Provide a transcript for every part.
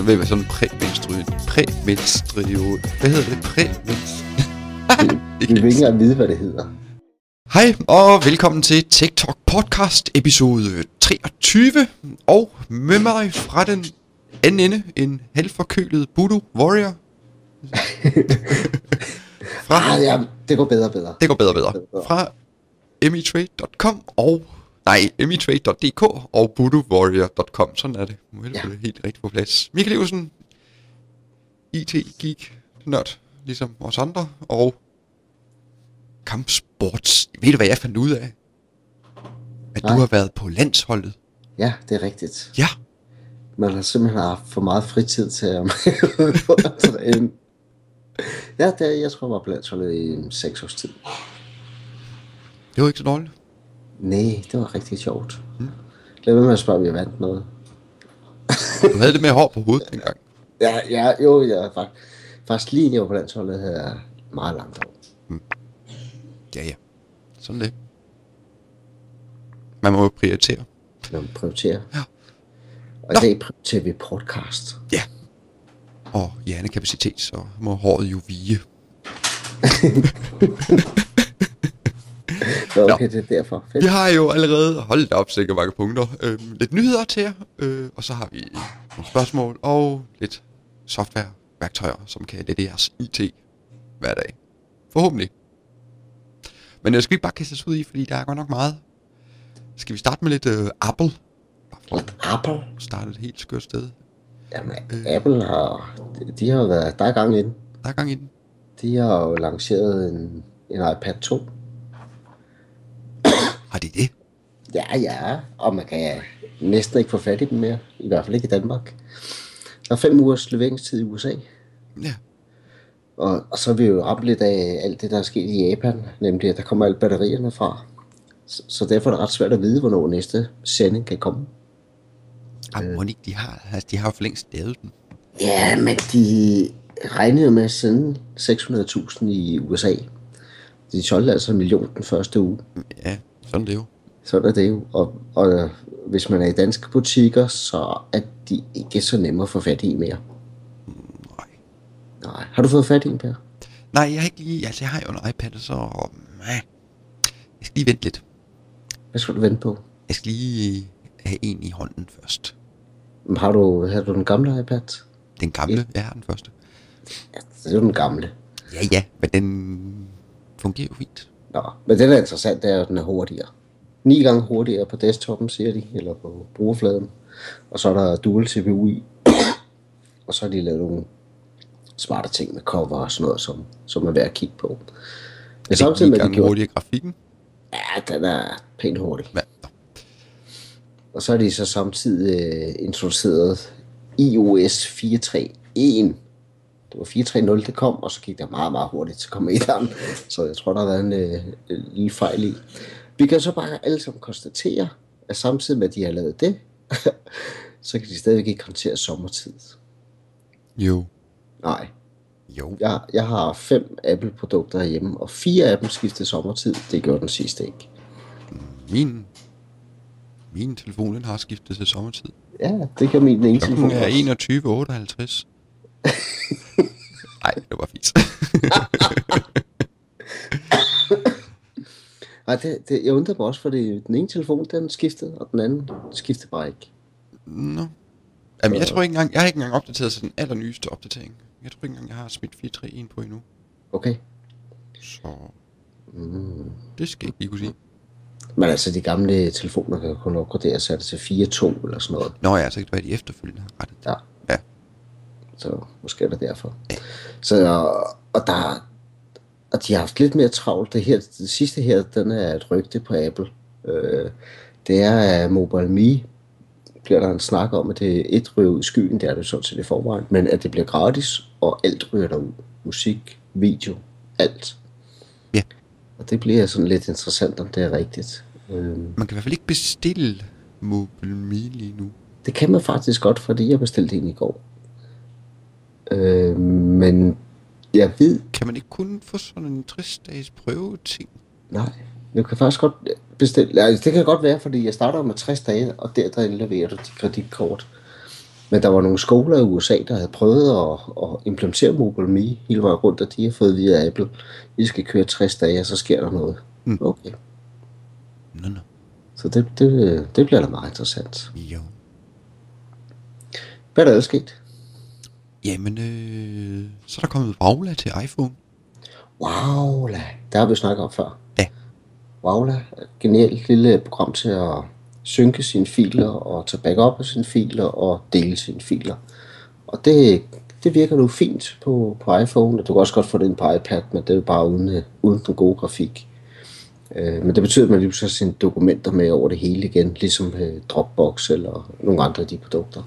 ved jeg, sådan præmenstruel. Hvad hedder det? Vi vil ikke engang vide, hvad det hedder. Hej, og velkommen til TikTok Podcast episode 23. Og med mig fra den anden ende, en halvforkølet Voodoo Warrior. Ja, det går bedre. Det går bedre. Fra emitrade.com og... Nej, emitrade.dk og voodoowarrior.com. Sådan er det. Nu er det helt rigtigt på plads. Michael Leversen, IT-geek, nørd, ligesom os andre, og kampsports. Ved du, hvad jeg fandt ud af? At du har været på landsholdet. Ja, det er rigtigt. Ja. Man har simpelthen haft for meget fritid til at træne. Ja, jeg tror, jeg var på landsholdet i 6 års tid. Det var ikke så dårligt. Nej, det var rigtig sjovt. Lad være med at spørge, om jeg vandt noget. Du havde det med hår på hovedet dengang. Ja, faktisk lige jeg var på landsholdet, havde jeg meget langt hår. Ja. Sådan det. Man må jo prioritere. Man må prioritere. Ja. Og i dag prioriterer vi podcast. Ja. Og hjernekapacitet, så må håret jo vige. Okay, det er derfor. Fedt. Vi har jo allerede holdt op sikkert mange punkter. Lidt nyheder til jer, og så har vi nogle spørgsmål og lidt softwareværktøjer, som kan lette jeres IT hver dag. Forhåbentlig. Men jeg skal ikke bare kaste os ud i, fordi der er godt nok meget. Skal vi starte med lidt Apple? Apple? Starte et helt skørt sted. Jamen, Apple har... De har været... Der er gang i den. Der er gang i den. De har jo lanceret en iPad 2. Har de det? Ja, og man kan næsten ikke få fat i dem mere. I hvert fald ikke i Danmark. Der er 5 ugers leveringstid i USA. Ja. Og så er vi jo ramt lidt af alt det, der er sket i Japan. Nemlig, at der kommer alle batterierne fra. Så derfor er det ret svært at vide, hvornår næste sending kan komme. Ikke de har jo for længst lavet den. Ja, men de regnede med at sende 600.000 i USA. De solgte altså 1 million den første uge. Ja, sådan er det jo. Sådan er det jo. Og hvis man er i danske butikker, så er de ikke så nemme at få fat i mere. Nej. Har du fået fat i en, Per? Nej, jeg har ikke lige... Altså, jeg har jo en iPad, så... Jeg skal lige vente lidt. Hvad skal du vente på? Jeg skal lige have en i hånden først. Har du den gamle iPad? Den gamle? Jeg har den første. Ja, det er jo den gamle. Ja, men den fungerer jo fint. Nå, men det der er interessant, det er, at den er hurtigere. 9 gange hurtigere på desktopen, siger de, eller på brugerfladen. Og så er der dual CPU i. Og så har de lavet nogle smarte ting med cover og sådan noget, som er værd at kigge på. Men samtidig med, at de gjorde hurtigere grafikken? Ja, den er pænt hurtig. Ja. Og så er de så samtidig introduceret iOS 4.3.1. Det var 4.3.0, det kom, og så gik det meget, meget hurtigt til at komme i den. Så jeg tror, der har været en lille fejl i. Vi kan så bare alle sammen konstatere, at samtidig med, at de har lavet det, så kan de stadigvæk ikke håndtere sommertid. Jo. Nej. Jo. Jeg har 5 Apple-produkter hjemme, og 4 af dem skiftede sommertid. Det gjorde den sidste ikke. Min telefon, den har skiftet til sommertid. Ja, det kan min ene telefon er 21:58. Nej, det var fint. Nej, jeg undrer mig også, fordi den ene telefon, den skiftede, og den anden skiftede bare ikke. Nå. Jamen, jeg har ikke engang opdateret til den allernyeste opdatering. Jeg tror ikke engang, jeg har smidt 4.3.1 på endnu. Okay. Så... Det skal jeg ikke lige kunne sige. Men altså, de gamle telefoner kan kun opgradere sig til 4.2 eller sådan noget. Nå ja, så kan det være, de efterfølgende har rettet. Ja. Så måske er det derfor. Ja. Så, og de har haft lidt mere travlt. Det sidste her, den er et rygte på Apple. Det er, at MobileMe bliver der en snak om, at det et ryger ud i skyen, det er det sådan set i forvejen, men at det bliver gratis, og alt ryger derud. Musik, video, alt. Ja. Og det bliver sådan lidt interessant, om det er rigtigt. Man kan i hvert fald ikke bestille MobileMe lige nu. Det kan man faktisk godt, fordi jeg bestilte en i går. Men jeg ved... Kan man ikke kun få sådan en 60-dages prøveting? Nej, du kan faktisk godt bestille... Altså, det kan godt være, fordi jeg starter med 60 dage, og der indleverer du dit kreditkort. Men der var nogle skoler i USA, der havde prøvet at implementere MobileMe hele vejen rundt, og de har fået via Apple. I skal køre 60 dage, og så sker der noget. Okay. Nå. Så det bliver da meget interessant. Jo. Hvad er der ellers sket? Jamen, så er der kommet Wowla til iPhone. Wowla, der har vi snakket om før. Ja. Wowla er et genialt lille program til at synke sine filer og tage backup af sine filer og dele sine filer. Og det virker nu fint på iPhone, og du kan også godt få det ind på iPad, men det er bare uden den gode grafik. Men det betyder, at man lige pludselig har sine dokumenter med over det hele igen, ligesom Dropbox eller nogle andre af de produkter.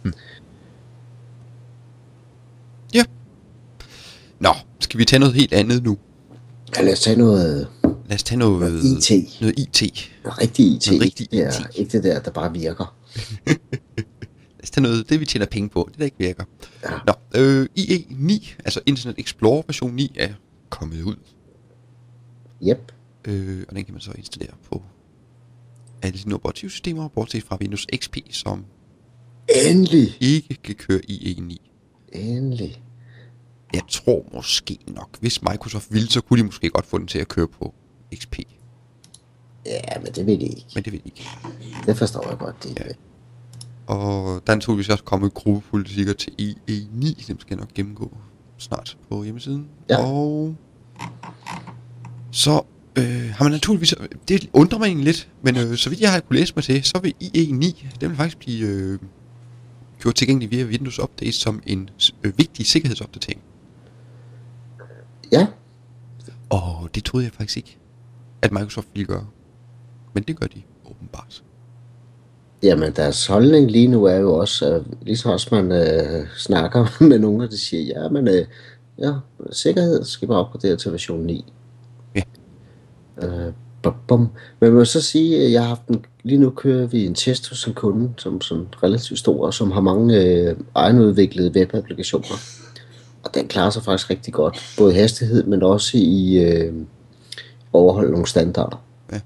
Ja. Nå, skal vi tage noget helt andet nu? Ja, lad os tage noget IT. Noget IT. Noget rigtig IT. Noget rigtig det er IT. ikke det der bare virker. Lad os tage noget, det vi tjener penge på, det der ikke virker. Ja. Nå, IE9, altså Internet Explorer version 9 er kommet ud. Yep. Og den kan man så installere på alle sine operativsystemer, bortset fra Windows XP, som Endelig. ikke kan køre IE9. Endelig. Jeg tror måske nok, hvis Microsoft ville, så kunne de måske godt få den til at køre på XP. Ja, men det ved de ikke. Men det ved de ikke. Det forstår jeg godt, det ikke. Ja. Og der er naturligvis også kommet gruppepolitikker til IE9, dem skal jeg nok gennemgå snart på hjemmesiden. Ja. Og så har man naturligvis, det undrer mig egentlig lidt, men så vidt jeg har kunnet læse mig til, så vil IE9, den vil faktisk blive gjort tilgængelig via Windows Update som en vigtig sikkerhedsopdatering. Ja. Og det troede jeg faktisk ikke, at Microsoft ville gøre. Men det gør de åbenbart. Jamen, deres holdning lige nu er jo også, ligesom også man snakker med nogen, der siger, ja, men sikkerhed skal bare opgradere til version 9. Ja. Men man må så sige, at jeg har haft lige nu kører vi en test hos en kunde, som relativt stor, og som har mange egenudviklede webapplikationer. Og den klarer sig faktisk rigtig godt, både i hastighed, men også i overholde nogle standarder. Ja.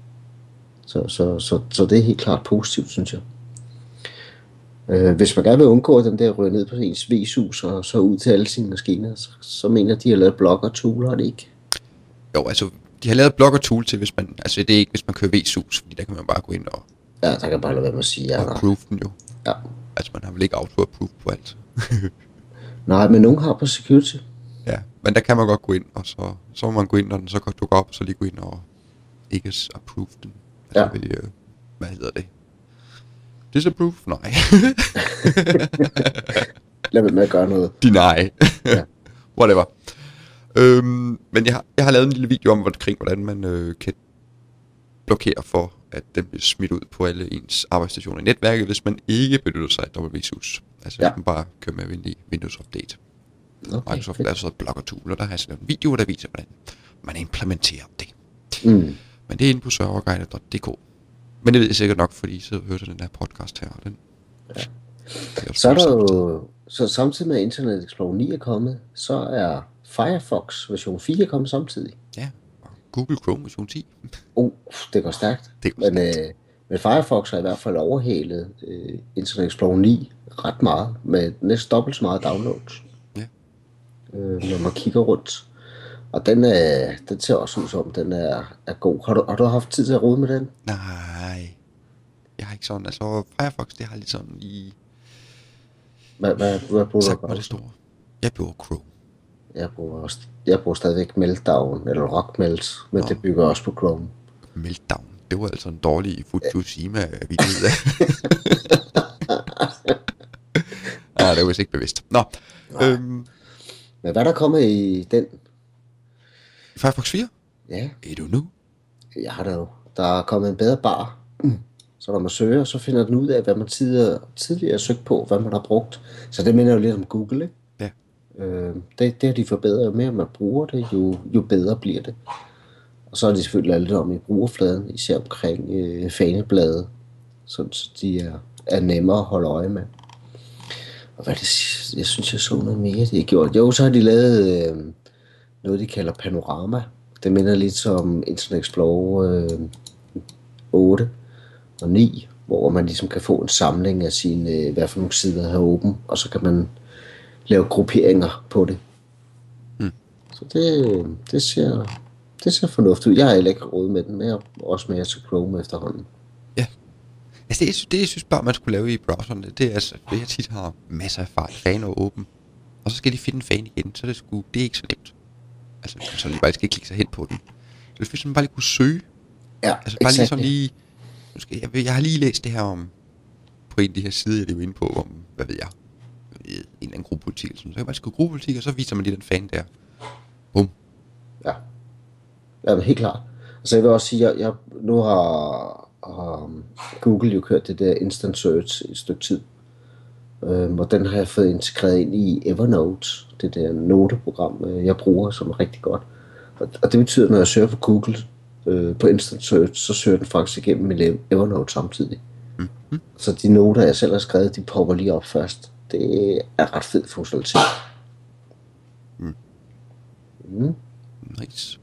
Så det er helt klart positivt, synes jeg. Hvis man gerne vil undgå, at den der ryger ned på ens VSUS og så ud til alle sine maskiner, så mener de har lavet Blogger Tool, har det ikke? Jo, altså, de har lavet Blogger Tool til, hvis man, altså det er ikke, hvis man kører VSUS, fordi der kan man bare gå ind og Ja, der kan bare lade være med at sige ja. approve den jo. Ja. Altså, man har vel ikke auto-approve på alt. Nej, men nogen har på security. Ja, men der kan man godt gå ind, og så må man gå ind, når den så godt dukker op, og så lige gå ind og ikke approve den. Altså Ja. ved, hvad hedder det? Disapprove? Nej. Lad være med at gøre noget. Deny. Ja. Whatever. Men jeg har lavet en lille video om, hvordan man kan blokere for, at den bliver smidt ud på alle ens arbejdsstationer i netværket, hvis man ikke benytter sig af WSUS. Altså hvis man bare kører med almindelig Windows Update. Okay, Microsoft laver så et Blogger Tool, og der har jeg så lavet en video, der viser, hvordan man implementerer det. Men det er inde på serverguide.dk. Men det ved jeg sikkert nok, fordi så hørte den her podcast her. Og den, Så er der jo, så samtidig med at Internet Explorer 9 er kommet, så er Firefox version 4 kommet samtidig. Ja, og Google Chrome version 10. Det går stærkt. Det går Men Firefox har i hvert fald overhalet Internet Explorer 9 ret meget, med næsten dobbelt så meget downloads. Ja. Når man kigger rundt. Og den ser også ud som, den er god. Har du haft tid til at rode med den? Nej, jeg har ikke sådan, altså Firefox, det har lidt sådan i... Hvad bruger Sagt du? mig det store. Jeg bruger Chrome. Jeg bruger stadigvæk Meltdown, eller Rockmelt, men det bygger også på Chrome. Meltdown, det var altså en dårlig Fukushima-video. Det var vist ikke bevidst. Nå, Men hvad der kommer i den? Firefox 4? Ja, Er du nu? jeg har det jo. Der er kommet en bedre bar. Så når man søger, så finder den ud af, hvad man tidligere har søgt på, hvad man har brugt. Så det minder jo lidt om Google, ikke? Ja. Det har de forbedret. Jo mere man bruger det, jo bedre bliver det. Og så er de selvfølgelig lavet lidt om i brugerfladen, især omkring faneblade, så de er nemmere at holde øje med. Og hvad det, jeg synes, jeg så noget mere, de har gjort. Jo, så har de lavet noget, de kalder panorama. Det minder lidt som Internet Explorer 8 og 9. hvor man ligesom kan få en samling af sine, hvad for nogle sider her åben, og så kan man lave grupperinger på det. Så det ser fornuftigt ud. Jeg har heller ikke råd med den, men jeg er også mere til Chrome efterhånden. Ja. Altså det jeg synes bare, man skulle lave i browseren, det er altså, at jeg tit har masser af fan og åben. Og så skal de finde en fan igen, så det er ikke så nemt. Altså, så lige bare skal klikke sig hen på den. Så hvis man bare lige kunne søge. Ja, altså bare lige sådan lige. Jeg har lige læst det her om, på en af de her sider, jeg er inde på, om, hvad ved jeg, en eller anden gruppepolitik. Så kan jeg bare skrive gruppepolitik, og så viser man lige den fan der. Bum. Ja. Ja, helt klart. Så jeg vil også sige, at nu har Google jo kørt det der Instant Search i et stykke tid. Og den har jeg fået integreret ind i Evernote, det der noteprogram, jeg bruger, som er rigtig godt. Og det betyder, at når jeg søger på Google på Instant Search, så søger den faktisk igennem min Evernote samtidig. Mm-hmm. Så de noter, jeg selv har skrevet, de popper lige op først. Det er ret fed funktionalitet. Nice.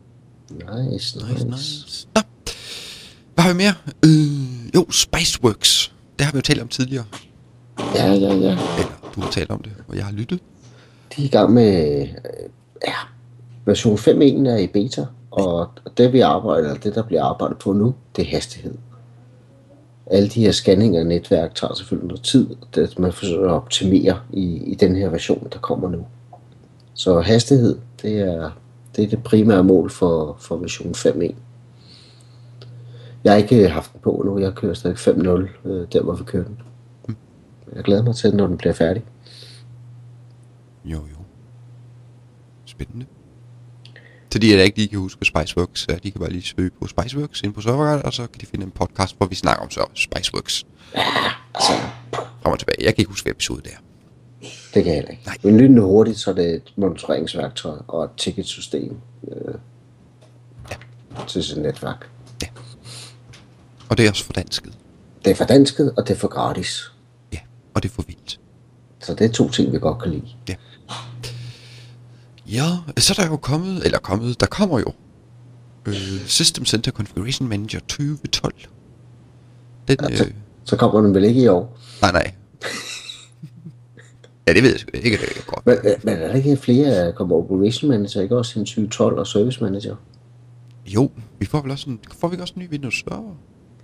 Nice. Nå. Hvad har vi mere? Jo, Spiceworks. Det har vi jo talt om tidligere. Ja. Eller du har talt om det, og jeg har lyttet. De er i gang med version 5.1 er i beta, og det der bliver arbejdet på nu, det er hastighed. Alle de her scanninger af netværk tager selvfølgelig noget tid, det man forsøger at optimere i den her version, der kommer nu. Så hastighed, det er det primære mål for version 5.1. Jeg har ikke haft den på nu, jeg kører stadig 5.0, der hvor vi kører den. Jeg glæder mig til den, når den bliver færdig. Jo. Spændende. Til de, der ikke lige kan huske Spiceworks, de kan bare lige søge på Spiceworks ind på serverguide, og så kan de finde en podcast, hvor vi snakker om Spiceworks. Ja, altså. Frem og tilbage. Jeg kan ikke huske, hvad episode det er. Det kan jeg heller ikke. Nej. Men lynende hurtigt, så er det et monitoreringsværktøj og et ticketsystem til sit netværk. Ja. Og det er også fordansket. Det er fordansket, og det er for gratis. Ja, og det er for vildt. Så det er 2 ting, vi godt kan lide. Ja. Ja, så er der jo der kommer jo System Center Configuration Manager 2012. Den, så kommer den vel ikke i år? Nej. Ja, det ved jeg sgu ikke, det er godt. Men er der ikke flere, kommer Operation Manager, ikke også en 2012 og Service Manager? Jo, vi får vel også en ny Windows Server?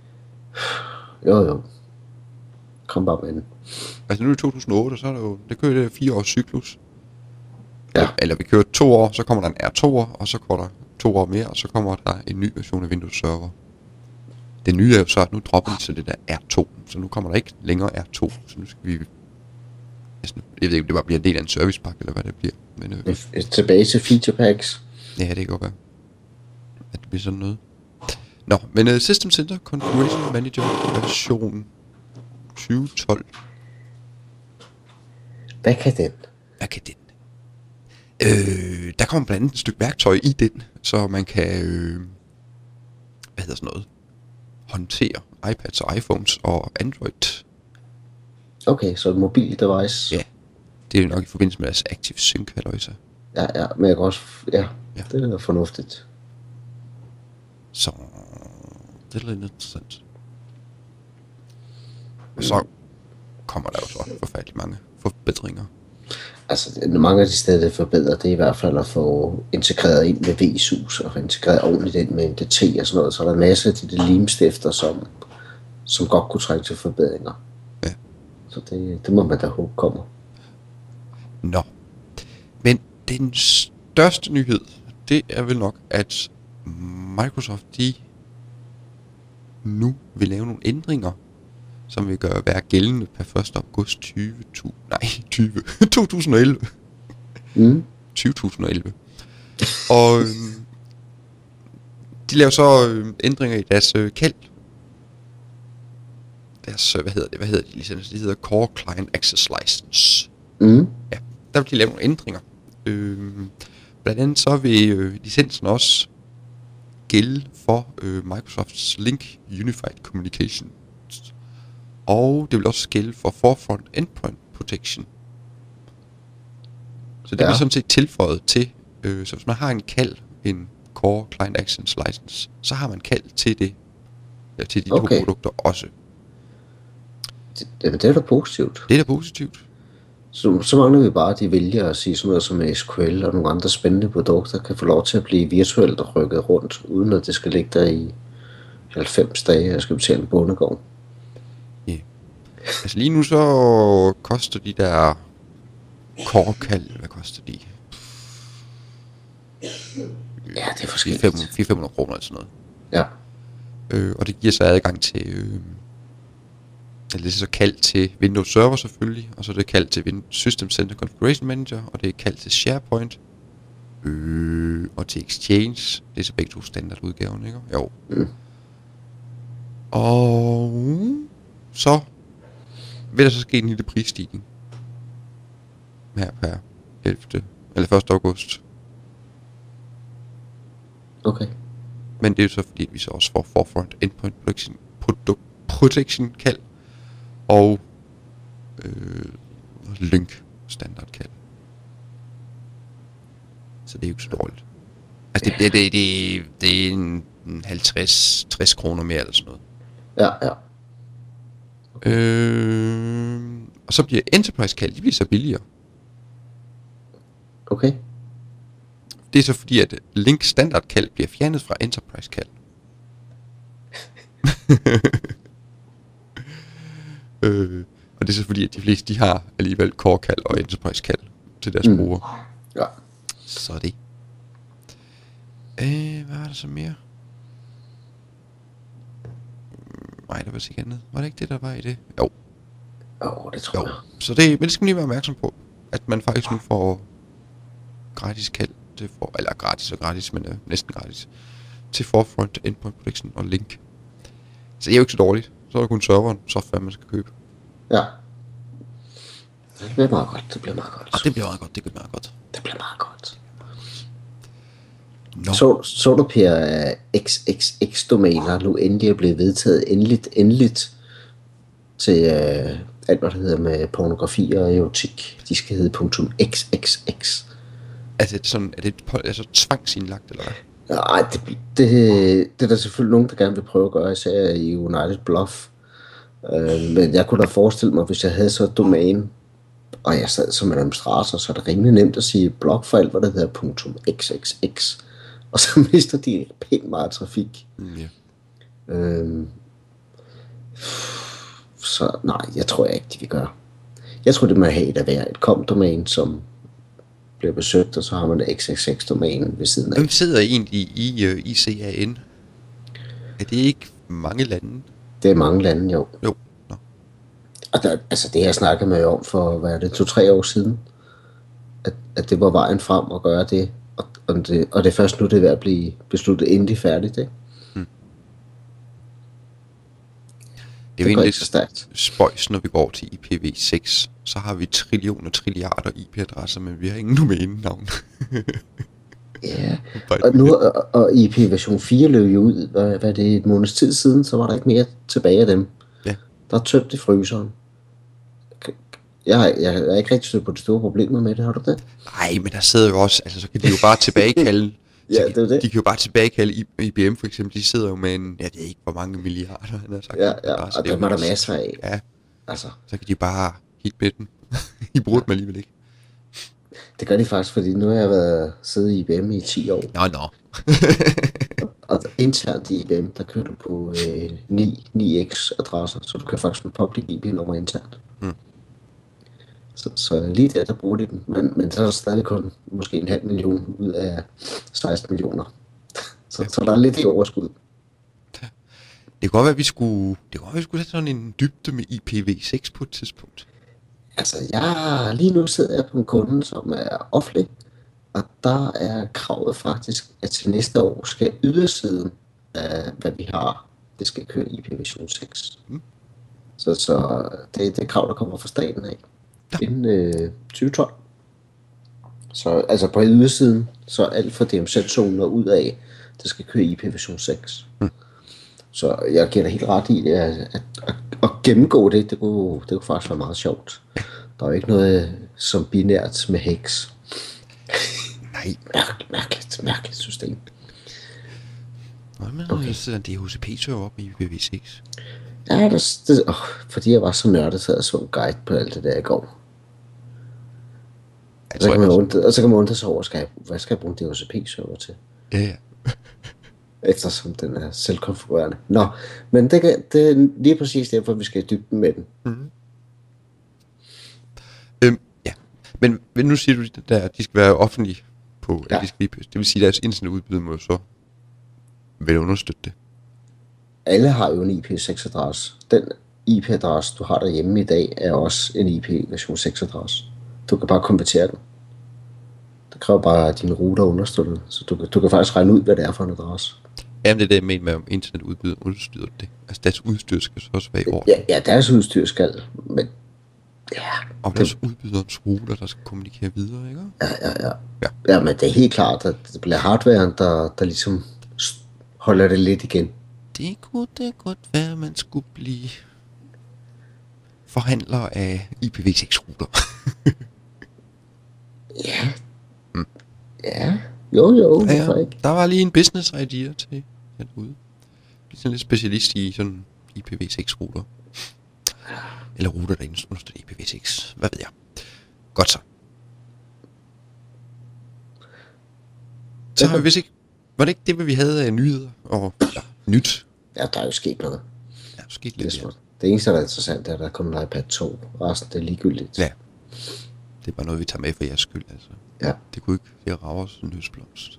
Jo. Kom bare med den. Altså nu er det 2008, så er der jo, det kører det 4 års cyklus. Ja. Eller vi kører 2 år, så kommer der en R2'er, og så går der 2 år mere, og så kommer der en ny version af Windows Server. Det nye er jo så, at nu dropper de til det der R2, så nu kommer der ikke længere R2, så nu skal vi... Jeg ved ikke, om det bare bliver en del af en servicepakke, eller hvad det bliver. Men, tilbage til feature packs. Ja, det kan godt være, at det bliver sådan noget. Nå, men System Center Configuration Manager version 2012. Hvad kan den? Der kommer blandt andet et stykke værktøj i den, så man kan, håndtere iPads og iPhones og Android. Okay, så et mobil device. Ja, det er jo nok i forbindelse med deres Active Sync, halløjsa. Ja, men jeg kan også, ja, det er fornuftigt. Så det er lidt interessant. Og så kommer der jo så forfærdeligt mange forbedringer. Altså, mange af de steder, det forbedrer, det er i hvert fald at få integreret ind med VSUS, og få integreret ordentligt ind med NDT og sådan noget. Så er der masser af de limstifter, som godt kunne trænge til forbedringer. Ja. Så det må man da håbe kommer. Nå. Men den største nyhed, det er vel nok, at Microsoft, de nu vil lave nogle ændringer, som vil være gældende per 1. august 2011. 2011. Og de laver så ændringer i deres kald. Deres, hvad hedder de licenser? De hedder Core Client Access License. Ja, der vil de lave nogle ændringer. Blandt andet så vil licensen også gælde for Microsofts Link Unified Communication. Og det vil også gælde for Forefront Endpoint Protection. Så det er sådan set tilføjet til, så hvis man har en kald, en Core Client Access License, så har man kald til det, til de to produkter også. det er da positivt. Det er da positivt. Så mangler vi bare, at de vælger at sige sådan noget som SQL og nogle andre spændende produkter, kan få lov til at blive virtuelt og rykket rundt, uden at det skal ligge der i 90 dage, og skal betale en bondegård. Ja. Altså lige nu så koster de der core-kald, hvad koster de? Ja, det er forskelligt. 400-500 kroner eller sådan noget. Ja. Og det giver så adgang til, det er så kaldt til Windows Server selvfølgelig, og så er det kaldt til System Center Configuration Manager, og det er kaldt til SharePoint, og til Exchange. Det er så begge to standardudgaven, ikke? Jo. Mm. Og så vil der så ske en lille prisstigning her per 11. eller 1. august. Okay. Men det er jo så fordi, vi så også får Forefront Endpoint Protection kald og Lync standard kald. Så det er jo ikke så dårligt. Altså det er en 50-60 kroner mere eller sådan noget. Ja. Og så bliver Enterprise kald, de bliver så billigere. Okay. Det er så fordi, at Lync standard kald bliver fjernet fra Enterprise kald. Og det er så fordi, at de fleste de har alligevel core kald og Enterprise kald til deres brugere. Ja. Så det. Hvad er der så mere? Nej, der var sikkert andet. Var det ikke det, der var i det? Jo. Det tror jeg. Så det, men det skal man lige være opmærksom på, at man faktisk nu får gratis kald til eller gratis, men næsten gratis, til Forefront, Endpoint Protection og Lync. Så det er jo ikke så dårligt. Så er det kun serveren, software, man skal købe. Ja. Det bliver meget godt. Det bliver meget godt. No. Så du, Per, at XXX-domæner nu endelig er blevet vedtaget endeligt til alt, hvad der hedder med pornografi og erotik. De skal hedde .xxx. Altså, er det altså tvangsindlagt, eller hvad? Nej, det er der selvfølgelig nogen, der gerne vil prøve at gøre, især i United Bluff. Men jeg kunne da forestille mig, hvis jeg havde så et domæne, og jeg sad som administrator, så er det rimelig nemt at sige blog for alt, hvad der hedder .xxx. Og så mister de pænt meget trafik. Så nej, jeg tror ikke, de vil gøre. Jeg tror, det må have at være et com-domæne, som bliver besøgt, og så har man et XXX-domæne ved siden af. Hvem sidder egentlig i ICAN? Er det ikke mange lande? Det er mange lande, jo. Jo. Nå. Og der, altså det jeg snakkede med om for, hvad er det, 2-3 år siden, at det var vejen frem at gøre det, og det er først nu, det er ved at blive besluttet endelig færdigt, ikke? Det er jo egentlig så stærkt spøjs, når vi går til IPv6, så har vi trilliarder IP-adresser, men vi har ingen domænenavn. Ja, og nu og IP version 4 løb jo ud, hvad er det, et måneds tid siden, så var der ikke mere tilbage af dem. Ja. Der er tømt i fryseren. Jeg er ikke rigtig stødt på de store problemer med det, har du det? Nej, men der sidder jo også, altså så kan de jo bare tilbagekalde. Ja, det er det. De kan jo bare tilbagekalde IBM for eksempel, de sidder jo med en, jeg ved ikke hvor mange milliarder, han har sagt. Ja, og dem er der masser af. Ja, altså. Så kan de bare hit med den. I bruger dem alligevel ikke. Det gør de faktisk, fordi nu har jeg siddet i IBM i 10 år. Nå. Og internt i IBM, der kører du på 9x adresser, så du kan faktisk med public IP-nummer internt. Så lige der bruger de den, men så er der stadig kun måske 0,5 million ud af 16 millioner. Så der er lidt i overskud. Det kan godt være, at vi skulle have sådan en dybde med IPv6 på et tidspunkt. Altså, lige nu sidder jeg på en kunde, som er offentlig, og der er kravet faktisk, at til næste år skal ydersiden af, hvad vi har, det skal køre IPv6. Så det er krav, der kommer fra staten af. Inden 2012. Så altså på ydersiden, så alt fra DMZ-zoner ud af, det skal køre IPv6. Så jeg giver dig helt ret i det, at gennemgå det, det kunne faktisk være meget sjovt. Der er jo ikke noget som binært med hex. Nej. Mærkeligt system. Hvad med, okay. Så er DHCP-server op i IPv6? Ja, fordi jeg var så nørdet, så jeg så en guide på alt det der i går. Jeg tror, Og så kan man undre sig over, hvad skal jeg bruge en DHCP-server til? Ja. Eftersom den er selvkonfigurerende. Nå, men det er lige præcis derfor, vi skal i dybden med den. Ja. Men nu siger du, at de skal være offentlige på Ja. at de skal IP's. Det vil sige, at deres internetudbyder må jo så vil understøtte det. Alle har jo en IP6-adresse. Den IP-adresse, du har derhjemme i dag, er også en IP version 6-adresse. Du kan bare konvertere den. Det kræver bare, at din router understøtter det. Så du kan faktisk regne ud, hvad det er for en adresse. Jamen det er det, jeg mener med, om internetudbyder understøtter det. Altså deres udstyr skal så også være i orden. Ja, deres udstyr skal, men ja. Og deres udbyderens router, der skal kommunikere videre, ikke? Ja, men det er helt klart, at det bliver hardwaren, der ligesom holder det lidt igen. Det kunne da godt være, at man skulle blive forhandler af IPv6-router. Ja. Ja. Jo, hvorfor ikke? Der var lige en business idea til herude. Blive sådan lidt specialist i sådan IPv6-router. Eller router, der understøtter IPv6. Hvad ved jeg. Godt så. Så har vi vist ikke... Var det ikke det, vi havde af nyheder? Og nyt? Ja, der er jo sket noget. Ja, sket lidt. Det eneste, der er interessant, er, at der er kommet en iPad 2. Resten, det er ligegyldigt. Ja. Det er bare noget, vi tager med for jeres skyld, altså. Ja. Det kunne ikke være rager som en høstblomst.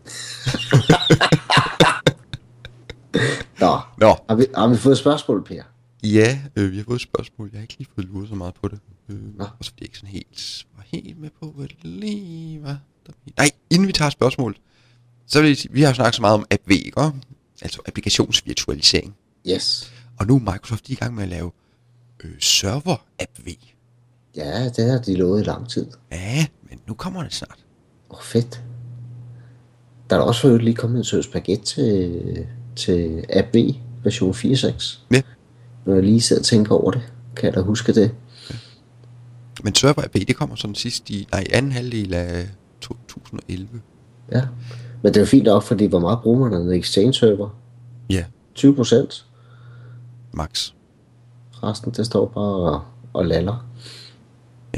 Nå. Har vi fået et spørgsmål, Per? Ja, vi har fået et spørgsmål. Jeg har ikke lige fået luret så meget på det. Og så fordi jeg ikke sådan var helt med på, hvad det lige var. Nej, inden vi tager spørgsmålet, så vil jeg sige, vi har snakket så meget om AppV, ikke? Altså applikationsvirtualisering. Yes. Og nu er Microsoft i gang med at lave server AppV. Ja, det har de lovet i lang tid. Ja, men nu kommer det snart. Fedt. Der er også for lige kommet en søs paket til AppV version 4.6. Ja. Når jeg lige sidder og tænker over det, kan jeg da huske det. Ja. Men server AppV, det kommer sådan sidst i anden halvdel af 2011. Ja, men det er jo fint nok, fordi hvor meget bruger man en Exchange server? Ja. 20%. Max. Resten, det står bare og laller. Ja.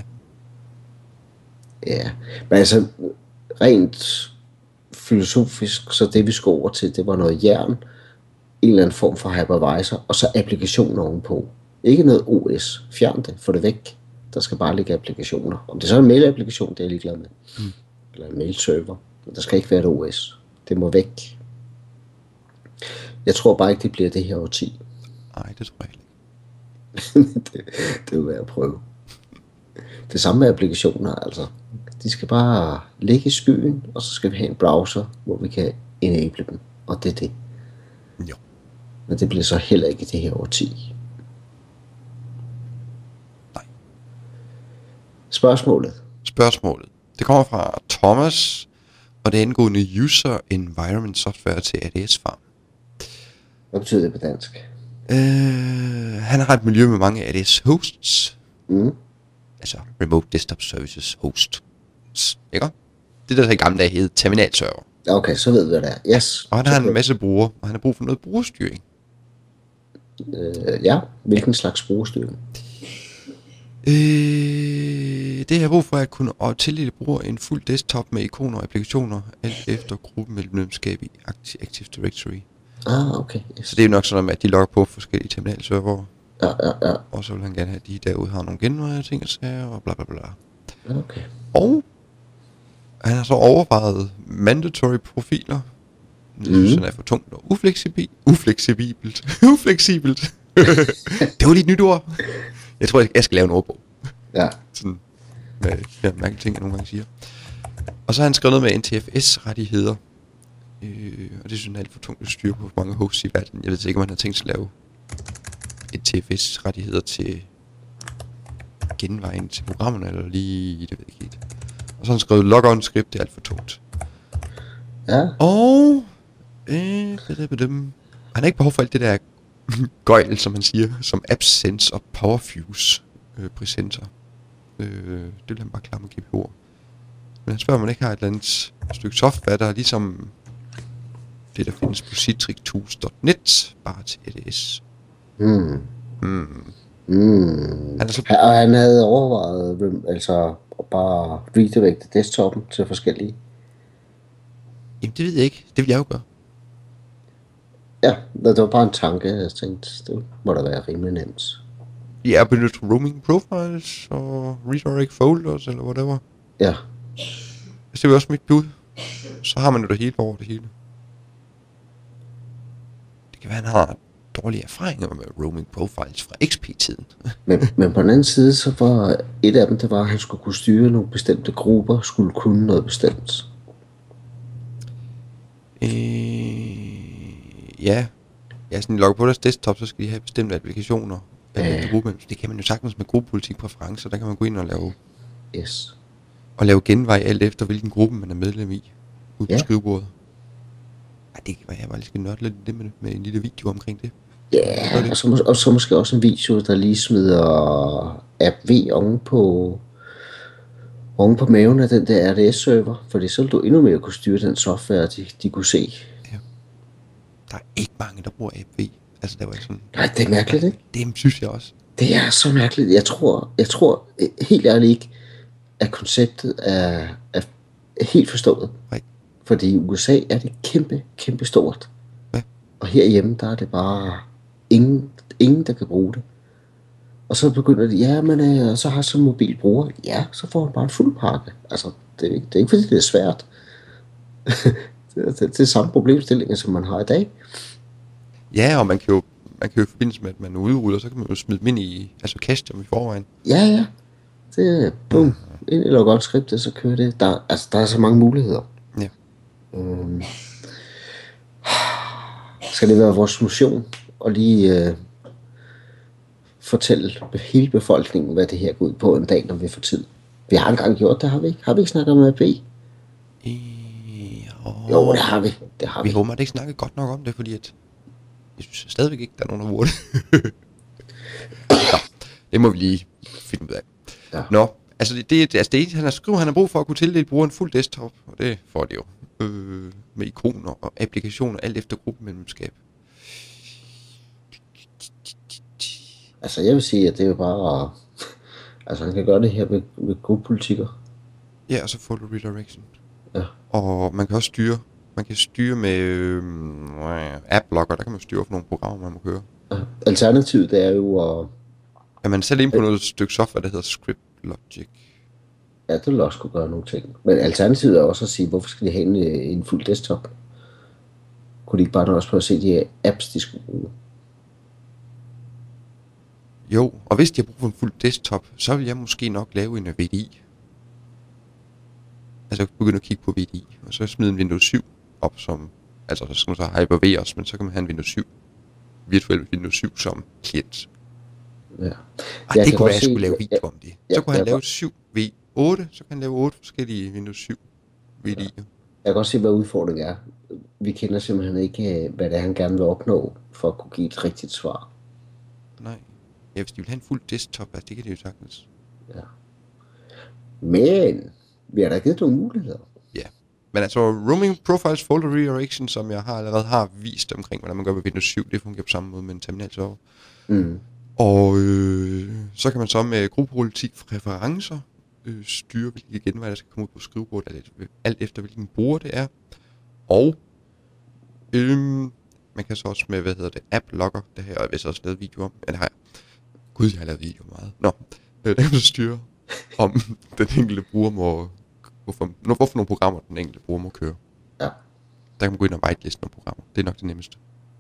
Ja, men altså rent filosofisk, så det vi skulle over til, det var noget jern, en eller anden form for hypervisor, og så applikationer ovenpå. Ikke noget OS. Fjern det, få det væk. Der skal bare ligge applikationer. Om det så er en mail-applikation, det er jeg ligeglad med. Eller en mail-server. Men der skal ikke være et OS. Det må væk. Jeg tror bare ikke, det bliver det her årti. Nej, det tror jeg ikke. det vil være at prøve. Det samme med applikationer, altså. De skal bare ligge i skyen, og så skal vi have en browser, hvor vi kan enable dem. Og det er det. Jo. Men det bliver så heller ikke i det her årti. Nej. Spørgsmålet. Det kommer fra Thomas, og det er angående User Environment Software til ADS Farm. Hvad betyder det på dansk? Han har et miljø med mange ADS hosts. Mm. Altså Remote Desktop Services hosts. Ikke? Det der i gamle dage hed terminalserver. Okay, så ved vi, hvad det er. Yes. Og han har en masse brugere, og han har brug for noget brugerstyring. Ja, hvilken slags brugerstyring? Det har brug for at kunne tildele bruger en fuld desktop med ikoner og applikationer, alt efter gruppemedlemskab i Active Directory. Okay. Yes. Så det er jo nok sådan, at de logger på forskellige terminalserver. Ja. Og så vil han gerne have, at de derude har nogle genveje ting og sager, og bla bla bla. Okay. Og han har så overvejet mandatory profiler. Det synes han er for tungt og ufleksibelt. Det var lige et nyt ord. Jeg tror, jeg skal lave en ordbog. Ja. Sådan, mærkelige ting, jeg nogle gange siger. Og så har han skrevet noget med NTFS-rettigheder. Og det synes han er alt for tungt at styre på mange hosts i verden. Jeg ved ikke, om han har tænkt sig at lave NTFS-rettigheder til genvejen til programmerne, eller lige, det ved jeg ikke helt. Og så har han skrevet log-on-script, det er alt for tungt. Ja. Og han har ikke behov for alt det der gøjl, som han siger, som AppSense og PowerFuse presenter. Det vil han bare klare med GPU'er. Men han spørger, om man ikke har et eller andet stykke software, der er ligesom det, der findes på citrix-tools.net, bare til ADS. Mm. Han er så... Og han havde overvejet altså at bare redirecte desktopen til forskellige. Jamen, det ved jeg ikke. Det vil jeg jo gøre. Ja, det var bare en tanke, jeg tænkte, det må da være rimelig nemt. De er benyttet roaming profiles og redirect folders eller whatever. Ja. Hvis det er også mit bud, så har man jo det hele over det hele. Det kan være, han har dårlige erfaringer med roaming profiles fra XP-tiden. Men på den anden side, så var et af dem, det var, at han skulle kunne styre nogle bestemte grupper, skulle kunne noget bestemt. Ja. Ja, sådan logger på deres desktop, så skal de have bestemte applikationer. Det kan man jo sagtens med gruppepolitik-præferencer. Der kan man gå ind og lave genvej alt efter, hvilken gruppe man er medlem i. Ude på skrivebordet. Ej, det kan være, jeg bare lige skal nørde lidt det med en lille video omkring det. Ja, og så måske også en video, der lige smider app V oven på maven af den der RDS-server. Fordi så vil du endnu mere kunne styre den software, de kunne se. Ja. Der er ikke mange, der bruger app V. Altså, der var sådan... Nej, det er mærkeligt, ikke? Det synes jeg også. Det er så mærkeligt. Jeg tror helt ærligt ikke, at konceptet er helt forstået. Nej. Fordi i USA er det kæmpe stort. Ja. Og herhjemme, der er det bare ingen der kan bruge det. Og så begynder de, men så har jeg så en mobil bruger. Ja, så får han bare en fuld pakke. Altså, det er ikke fordi, det er svært. det er samme problemstillinger, som man har i dag. Ja, og man kan jo i forbindelse med, at man udruller, så kan man jo smide dem ind i, altså kaste dem i forvejen. Ja. Det er, boom, ind i logge skriptet, så kører det. Der er så mange muligheder. Ja. Skal det være vores solution og lige fortælle hele befolkningen, hvad det her går ud på en dag, når vi får tid? Vi har engang gjort det, har vi ikke? Har vi ikke snakket om AB? Jo, det har vi. Vi håber, at det ikke snakket godt nok om det, fordi at jeg synes stadigvæk ikke, der er nogen, der bruger det. Nå, det må vi lige finde ud af. Ja. Nå, altså det han har skrevet, han har brug for at kunne tildele brugeren fuld desktop, og det får det jo. Med ikoner og applikationer, alt efter gruppemedlemskab. Altså jeg vil sige, at det er jo bare... Altså han kan gøre det her med gruppepolitikker. Ja, og så får du redirection. Ja. Og man kan også styre. Man kan styre med AppLogger, der kan man styre for nogle programmer, man må køre. Ja. Alternativet det er jo at... Er man selv ind på noget stykke software, der hedder Script Logic? Ja, det vil også kunne gøre nogle ting. Men alternativet er også at sige, hvorfor skal de have en fuld desktop? Kunne de ikke bare også prøve at se de her apps, de skulle bruge? Jo, og hvis de har brug for en fuld desktop, så vil jeg måske nok lave en VDI. Altså begynde at kigge på VDI, og så smide en Windows 7 op som... Altså så skal man så Hyper-V også, men så kan man have en Windows 7. Virtuel Windows 7 som klient. Ja. Og det kunne være, at jeg skulle lave video om det. Så kunne han lave 7V8, så kan han lave 8 forskellige Windows 7 VDI'er. Jeg kan godt se, hvad udfordringen er. Vi kender simpelthen ikke, hvad det er, han gerne vil opnå, for at kunne give et rigtigt svar. Nej. Ja, hvis de vil have en fuld desktop, altså det kan de jo sagtens. Ja. Men vi har da givet nogle muligheder. Ja. Men altså, roaming profiles folder redirection, som jeg allerede har vist omkring, hvordan man gør med Windows 7, det fungerer på samme måde med en terminalserver. Og så kan man så med gruppepolitik præferencer styre, hvilke genveje, der skal komme ud på skrivebordet, alt efter hvilken bruger det er. Og man kan så også med, AppLogger, det her har jeg vist også lavet video om. Ja, det har jeg. Gud, jeg har lavet video meget. Nå, der kan man styre, om den enkelte bruger må... Hvorfor nogle programmer den enkelte bruger må køre. Ja. Der kan man gå ind og whiteliste nogle programmer. Det er nok det nemmeste.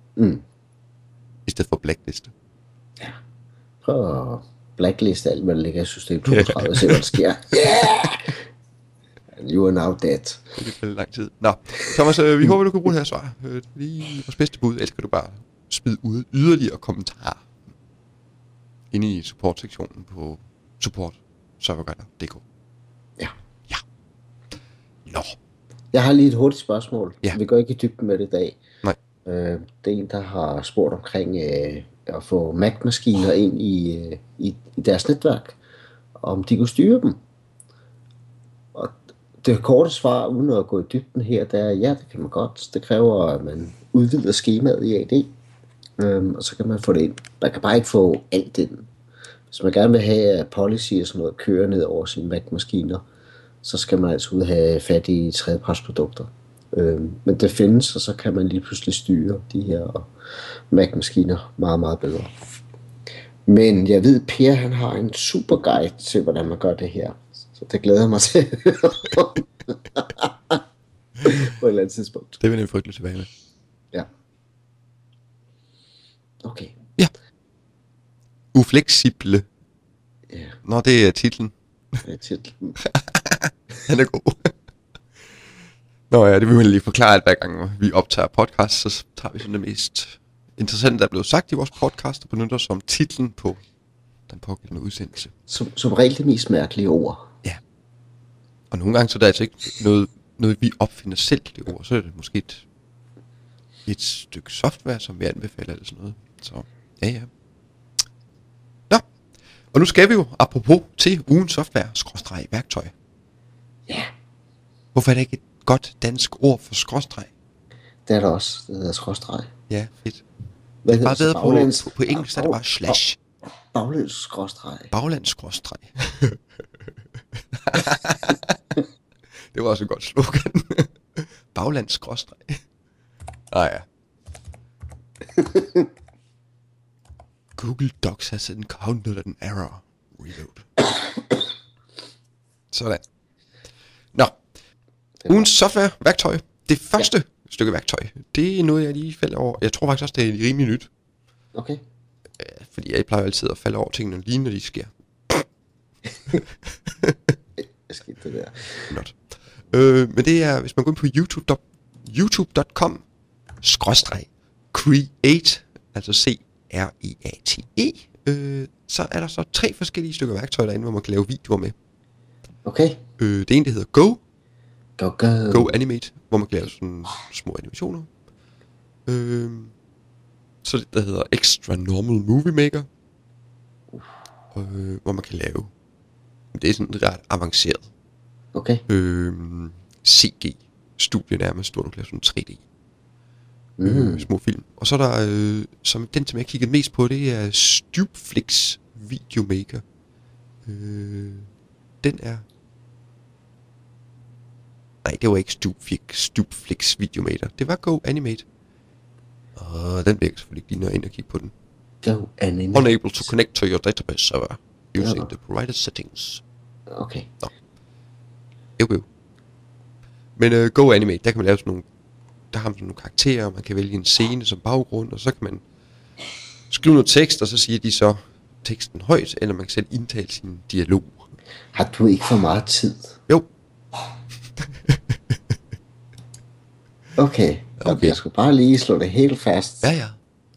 I stedet for blackliste. Ja. Prøv at blackliste alt, hvad der ligger i system 32, og se, hvad der sker. Yeah! You are now dead. Det er lang tid. Nå, Thomas, vi håber, du kan bruge det her svar. Lige vores bedste bud, ellers kan du bare smide yderligere kommentarer inde i support-sektionen på support.serverguider.dk. Ja. Ja. Nå. Jeg har lige et hurtigt spørgsmål. Ja. Vi går ikke i dybden med det i dag. Nej. Det er en, der har spurgt omkring at få Mac-maskiner ind i deres netværk, om de kunne styre dem. Og det korte svar, uden at gå i dybden her, det er, ja, det kan man godt. Det kræver, at man udvider skemaet i AD. Og så kan man få det ind. Man kan bare ikke få alt ind. Hvis man gerne vil have policy og sådan noget køre ned over sine Mac-maskiner, så skal man altså ud have fat i tredjepartsprodukter. Men det findes, og så kan man lige pludselig styre de her Mac-maskiner meget, meget bedre. Men jeg ved, Per han har en super guide til, hvordan man gør det her. Så det glæder jeg mig til. På et eller andet tidspunkt. Det vil jeg frygtelig tilbage med. Ja. Okay. Ja. Ufleksible. Ja. Nå, det er titlen. Det er titlen. Den er god. Nå ja, det vil man lige forklare, at hver gang vi optager podcast, så tager vi sådan det mest interessante, der er blevet sagt i vores podcast, og benytter som titlen på den pågældende udsendelse. Som regel det mest mærkelige ord. Ja. Og nogle gange så er der altså ikke noget vi opfinder selv, det ord. Så er det måske et stykke software, som vi anbefaler eller sådan noget. Så ja. Nå, og nu skal vi jo, apropos til ugens software-værktøj. Ja. Hvorfor er der ikke et godt dansk ord for skråstreg? Det er der også. Det hedder skråstreg. Ja, fedt. Hvad Det er bare hedder bedre så? på engelsk, så er det bare slash. Baglæns skråstreg. Baglands skråstreg. Det var også et godt slogan. Baglands skråstreg. Ah ja. Google Docs has encountered an error. Reload. Sådan. Nå. Ugens software-værktøj. Det første stykke værktøj, det er noget, jeg lige falder over. Jeg tror faktisk også, det er rimelig nyt. Okay. Fordi jeg plejer altid at falde over tingene lige, når de sker. Jeg skal det der. Not. Men det er, hvis man går ind på youtube.com/create, altså C-R-E-A-T-E, så er der så 3 forskellige stykker værktøjer derinde, hvor man kan lave videoer med. Okay. Det ene, det hedder Go Go. Animate, hvor man kan lave sådan små animationer. Så det, der hedder Extra Normal Movie Maker, hvor man kan lave, det er sådan ret avanceret. Okay. CG-studie nærmest, hvor du kan lave sådan 3D små film. Og så er der, som jeg kiggede mest på, det er Stupeflix Videomaker. Den er... Nej, det var ikke Stupeflix Videomaker. Det var Go Animate. Og den virker selvfølgelig ikke lige, når jeg ind og kigge på den. Go Animate. Unable to connect to your database server using the provided settings. Okay. Nå. Jo. Men Go Animate, der kan man lave sådan nogle... Der har man sådan nogle karakterer, og man kan vælge en scene som baggrund, og så kan man skrive noget tekst, og så siger de så teksten højt, eller man kan selv indtale sin dialog. Har du ikke for meget tid? Jo. Okay. Jeg skulle bare lige slå det helt fast. Ja.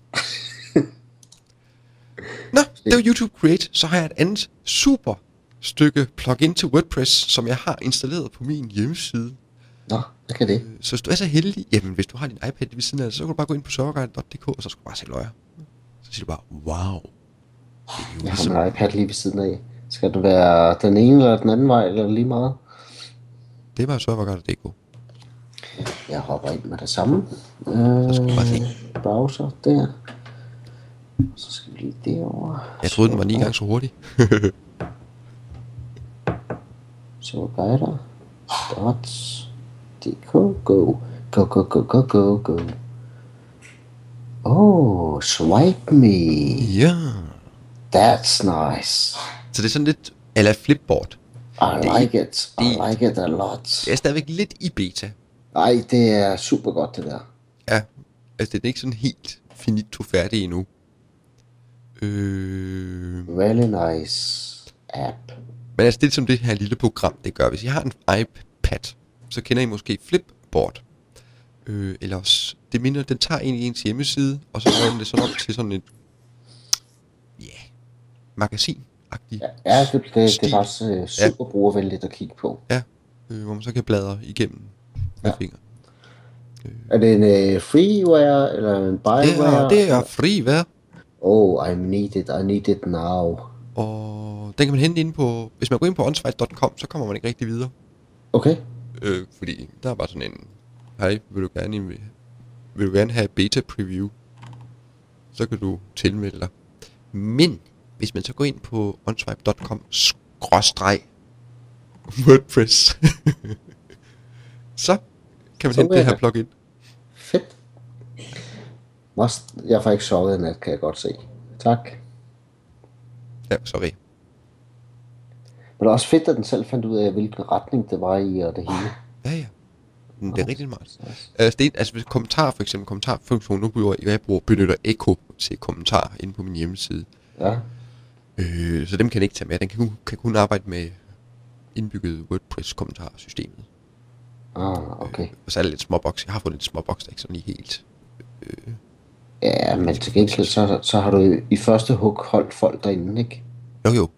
Nå, det var YouTube Create. Så har jeg et andet super stykke plugin til WordPress, som jeg har installeret på min hjemmeside. Nå, hvad kan det? Så hvis du er så heldig, jamen hvis du har din iPad ved siden af, så kan du bare gå ind på serverguide.dk, og så skal du bare se løjer. Så siger du bare, wow. Jeg har min iPad lige ved siden af. Skal det være den ene eller den anden vej, eller lige meget? Det er bare serverguide.dk. Jeg hopper ind med det samme. Så skal du bare se. Browser der. Så skal vi lige derover. Jeg troede, den var 9 gange så hurtig. Så guider. Dots. DK. Go. Go. Oh, swipe me. Ja. That's nice. Så det er sådan lidt ala Flipboard. I like it a lot. Det er stadigvæk lidt i beta. Ej, det er super godt det der. Ja, altså det er ikke sådan helt finito færdig endnu. Really nice app. Men altså det er som det her lille program, det gør. Hvis I har en iPad, så kender I måske Flipboard. Eller også, det minder, den tager ind i ens hjemmeside, og så laver den det sådan op til sådan et, magasin-agtigt. Ja, det er faktisk super brugervenligt at kigge på. Ja, hvor man så kan bladre igennem med fingre. Er det en freeware eller en bioware? Det er freeware. Oh, I need it now. Og den kan man hente ind på, hvis man går ind på onsite.com, så kommer man ikke rigtig videre. Okay. Fordi der er bare sådan en, hej, vil du gerne have beta preview? så kan du tilmelde dig. Men hvis man så går ind på onswipe.com/WordPress, så kan man hente det her plugin. Fedt. Jeg får ikke sovet i nat, kan jeg godt se. Tak. Ja, sorry. Men det er også fedt, at den selv fandt ud af, hvilken retning det var i, og det hele. Ja. Det er rigtig meget. Altså hvis kommentarfunktion, nu benytter Echo til kommentarer inde på min hjemmeside. Ja. Så dem kan den ikke tage med. Den kan kun arbejde med indbygget WordPress-kommentarsystemet. Okay. Og så er det lidt småboks. Jeg har fået lidt småboks, der ikke sådan lige helt... Ja, men til gengæld, så har du i første hug holdt folk derinde, ikke? Jo.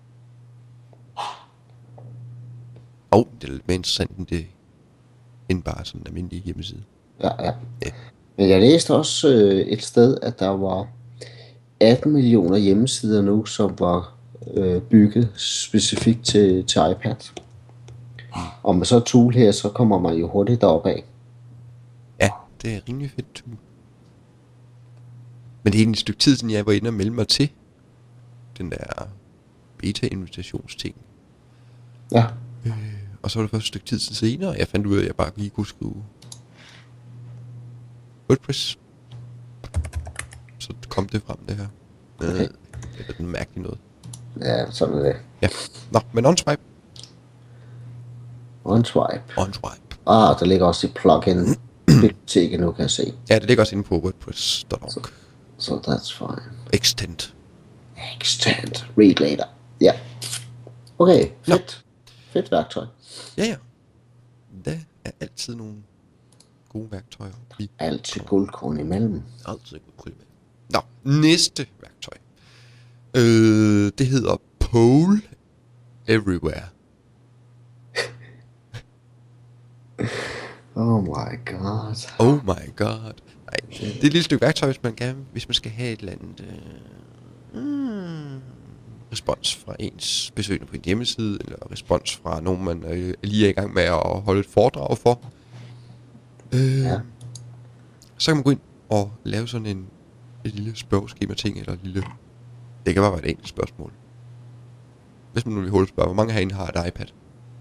Og det er lidt mere interessant end bare sådan en almindelig hjemmeside. Ja. Men jeg læste også et sted, at der var 18 millioner hjemmesider nu, som var bygget specifikt til iPad. Og med så et tool her, så kommer man jo hurtigt deroppe af. Ja, det er rimelig fedt tool. Men det er en stykke tid siden, jeg var inde og melde mig til den der beta-invitationsting. Ja. Og så var det først et stykke tid senere, og jeg fandt ud af, at jeg bare lige kunne skrive WordPress. Så kom det frem, det her. Okay. Det er den mærkelige noget. Ja, sådan er det. Ja. Nå, men OnSwipe. OnSwipe. Der ligger også i plugin biblioteket nu, kan jeg se. Ja, det ligger også inde på WordPress.org. So that's fine. Extend. Read later. Ja. Okay, fedt. Fedt værktøj. Ja. Der er altid nogle gode værktøjer. Altid guldkorn imellem. Nå, næste værktøj. Det hedder Poll Everywhere. Oh my god. Nej, det er et lille stykke værktøj, hvis man skal have et eller andet respons fra ens besøgende på en hjemmeside, eller respons fra nogen, man lige er i gang med at holde et foredrag for. Så kan man gå ind og lave sådan et lille spørgeskema-ting, eller det kan bare være et enkelt spørgsmål. Hvis man nu lige hurtigt spørger, hvor mange herinde har et iPad?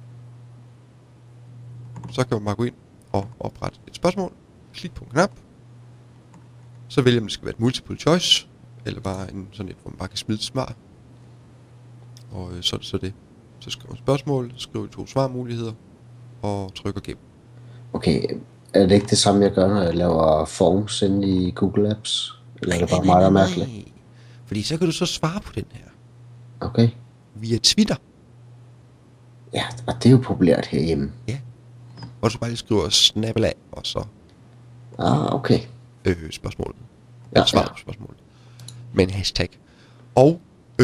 Så kan man bare gå ind og oprette et spørgsmål, klik på en knap, så vælger man, det skal være et multiple choice, eller bare sådan et, hvor man bare kan smide et svar. Og så er det så det. Så skriver man spørgsmål, skriver 2 svarmuligheder, og trykker gennem. Okay, er det ikke det samme, jeg gør, når jeg laver forms inde i Google Apps? Eller er det bare meget mærkeligt? Fordi så kan du så svare på den her. Okay. Via Twitter. Ja, og det er jo populært herhjemme. Ja. Hvor du bare lige skriver snappel af, og så... okay. Spørgsmålet. Ja, svar på spørgsmålet. Med en hashtag. Og...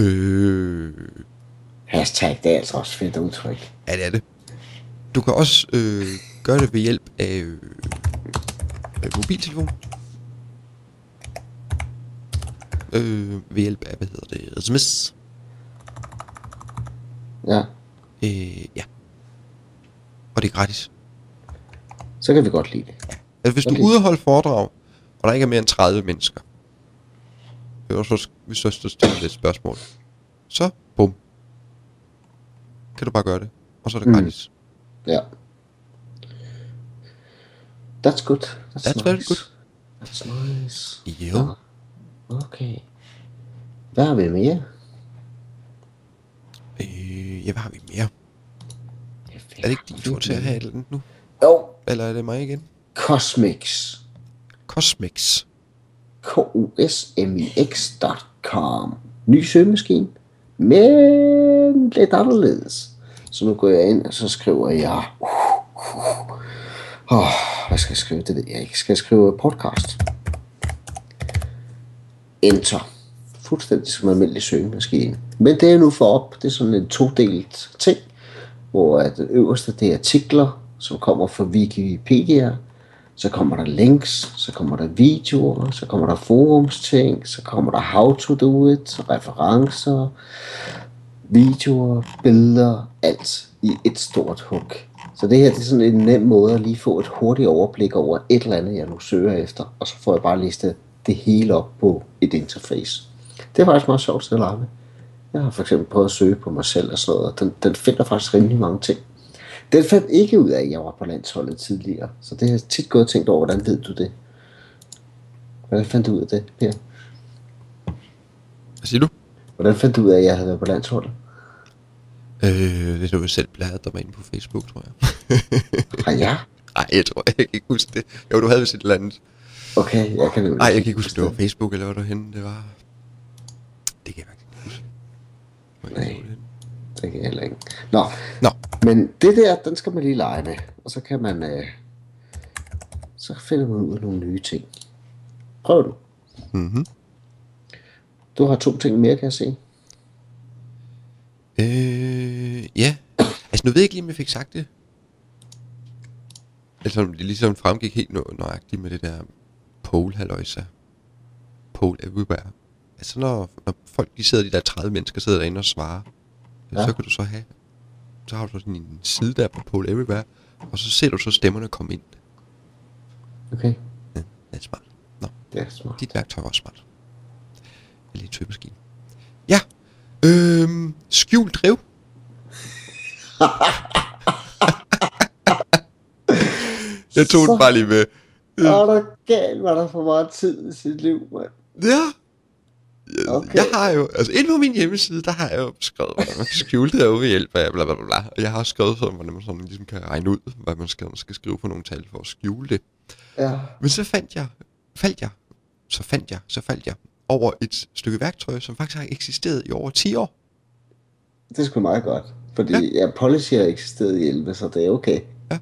hashtag, det er altså også fedt udtryk. Ja, det er det. Du kan også gøre det ved hjælp af mobiltelefon. Ved hjælp af, sms. Ja. Ja. Og det er gratis. Så kan vi godt lide det. Ja. Altså hvis du er ude og holde foredrag, og der ikke er mere end 30 mennesker, hvis du stiller et spørgsmål, så bum, kan du bare gøre det. Og så er det gratis. Ja. That's good. That's very good. That's nice. Jo. Okay. Hvad har vi mere? Hvad har vi mere? Er det ikke din tur til at have et eller andet nu? Jo. Eller er det mig igen? Cosmix. KOSMIX.com. Ny søgemaskine, men lidt anderledes. Så nu går jeg ind, og så skriver jeg... hvad skal jeg skrive? Det ved jeg ikke. Skal jeg skrive podcast? Enter. Fuldstændig som en almindelig søgemaskine. Men det er nu for op. Det er sådan en todelt ting, hvor at det øverste det er artikler, som kommer fra Wikipedia. Så kommer der links, så kommer der videoer, så kommer der forumsting, så kommer der how to do it, referencer, videoer, billeder, alt i et stort hug. Så det her det er sådan en nem måde at lige få et hurtigt overblik over et eller andet, jeg nu søger efter, og så får jeg bare listet det hele op på et interface. Det er faktisk meget sjovt til at lege med. Jeg har for eksempel prøvet at søge på mig selv og sådan noget, og den finder faktisk rimelig mange ting. Den fandt ikke ud af, at jeg var på landsholdet tidligere, så det har jeg tit gået og tænkt over, hvordan ved du det? Hvordan fandt du ud af det, Per? Hvad siger du? Hvordan fandt du ud af, at jeg havde været på landsholdet? Det er du selv bladret dig ind på Facebook, tror jeg. Har jeg? Nej, jeg kan ikke huske det. Jo, du havde vist et eller andet. Okay, jeg kan jo. Nej, jeg kan ikke huske, det var Facebook, eller hvad du henne, det var. Det kan jeg faktisk ikke huske. Nej, det kan jeg heller ikke. Nå, Nå. Men det der, den skal man lige lege med. Og så kan man, så finder man ud af nogle nye ting. Prøv du. Mhm. Du har 2 ting mere, kan jeg se. Ja. Altså, nu ved jeg ikke lige, om jeg fik sagt det. Altså, det ligesom fremgik helt nøjagtigt med det der pole-halløjsa. Pole everywhere. Altså, når folk, de sidder, de der 30 mennesker, sidder derinde og svarer, Ja. så kan du så have, så har du sådan en side der på pole everywhere, og så ser du så stemmerne komme ind. Okay, Ja, det er smart. Nå, det er smart. dit værktøj var også smart. Eller et tøjmaskine. Ja, skjult drev. Jeg tog den bare lige med. Der galt, var der for meget tid i sit liv, mand. Ja. Okay. Jeg har jo, altså inde på min hjemmeside, der har jeg jo skrevet, hvordan man kan skjule det ved hjælp af bla bla bla bla. Og jeg har også skrevet sådan, hvordan man sådan ligesom kan regne ud, hvad man skal skrive på nogle tal for at skjule det. Ja. Men så faldt jeg over et stykke værktøj, som faktisk har eksisteret i over 10 år. Det er sgu meget godt. Fordi ja, policy har eksisteret i 11, så det er okay. Ja.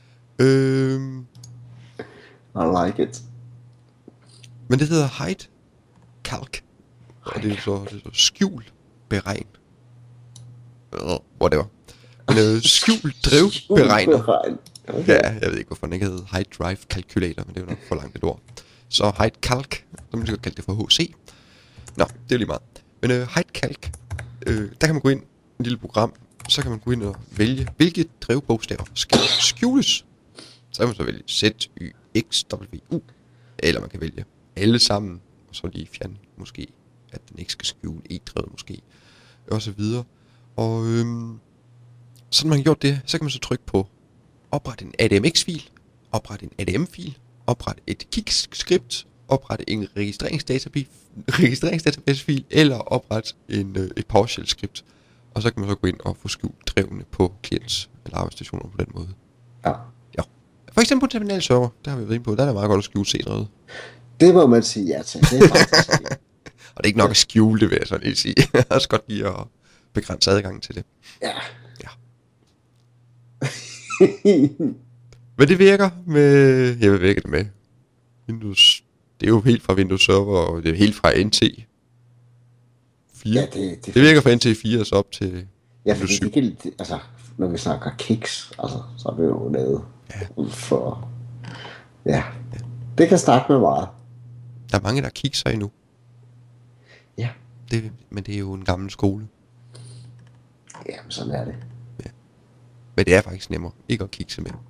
I like it. Men det hedder Hide Calc. Og det er så skjul beregn. Whatever. Men skjul drev beregner. Okay. Ja, jeg ved ikke hvorfor den ikke hedder Hide Drive Calculator, men det er jo nok for langt et ord. Så Hide Calc, så man skal kalde det for HC. Nå, det er jo lige meget. Men Hide Calc, der kan man gå ind i et lille program, så kan man gå ind og vælge, hvilke drevbogstaver skal skjules. Så kan man så vælge Z, Y, X, W, U. Eller man kan vælge alle sammen, og så lige fjerne måske, at den ikke skal skjule E-drevet måske. Og så videre. Og så når man har gjort det, så kan man så trykke på opret en ADMX-fil, opret en ADM-fil, opret et KIK-skript, opret en registreringsdatabase-fil, eller opret et PowerShell-skript. Og så kan man så gå ind og få skjult drevne på klients eller arbejdsstationer på den måde. Ja. Ja. For eksempel på terminalserver, der har vi været inde på, der er det meget godt at skjule C-drevet. Det må man sige ja til. Det er faktisk Og det er ikke nok at skjule det, vil jeg sådan lige sige. Jeg har også godt lige at begrænse adgang til det. Ja. Ja. Men det virker med... Jeg vil virke det med Windows... Det er jo helt fra Windows Server, og det er helt fra NT 4. Ja, det virker fra NT 4 og så op til ja, Windows fordi 7. det kan, altså, når vi snakker kiks, altså, så er det jo lavet ud for... Ja. Det kan starte med meget. Der er mange, der kigger endnu. Ja. Men det er jo en gammel skole. Jamen, sådan er det. Men det er faktisk nemmere ikke at kigge mere.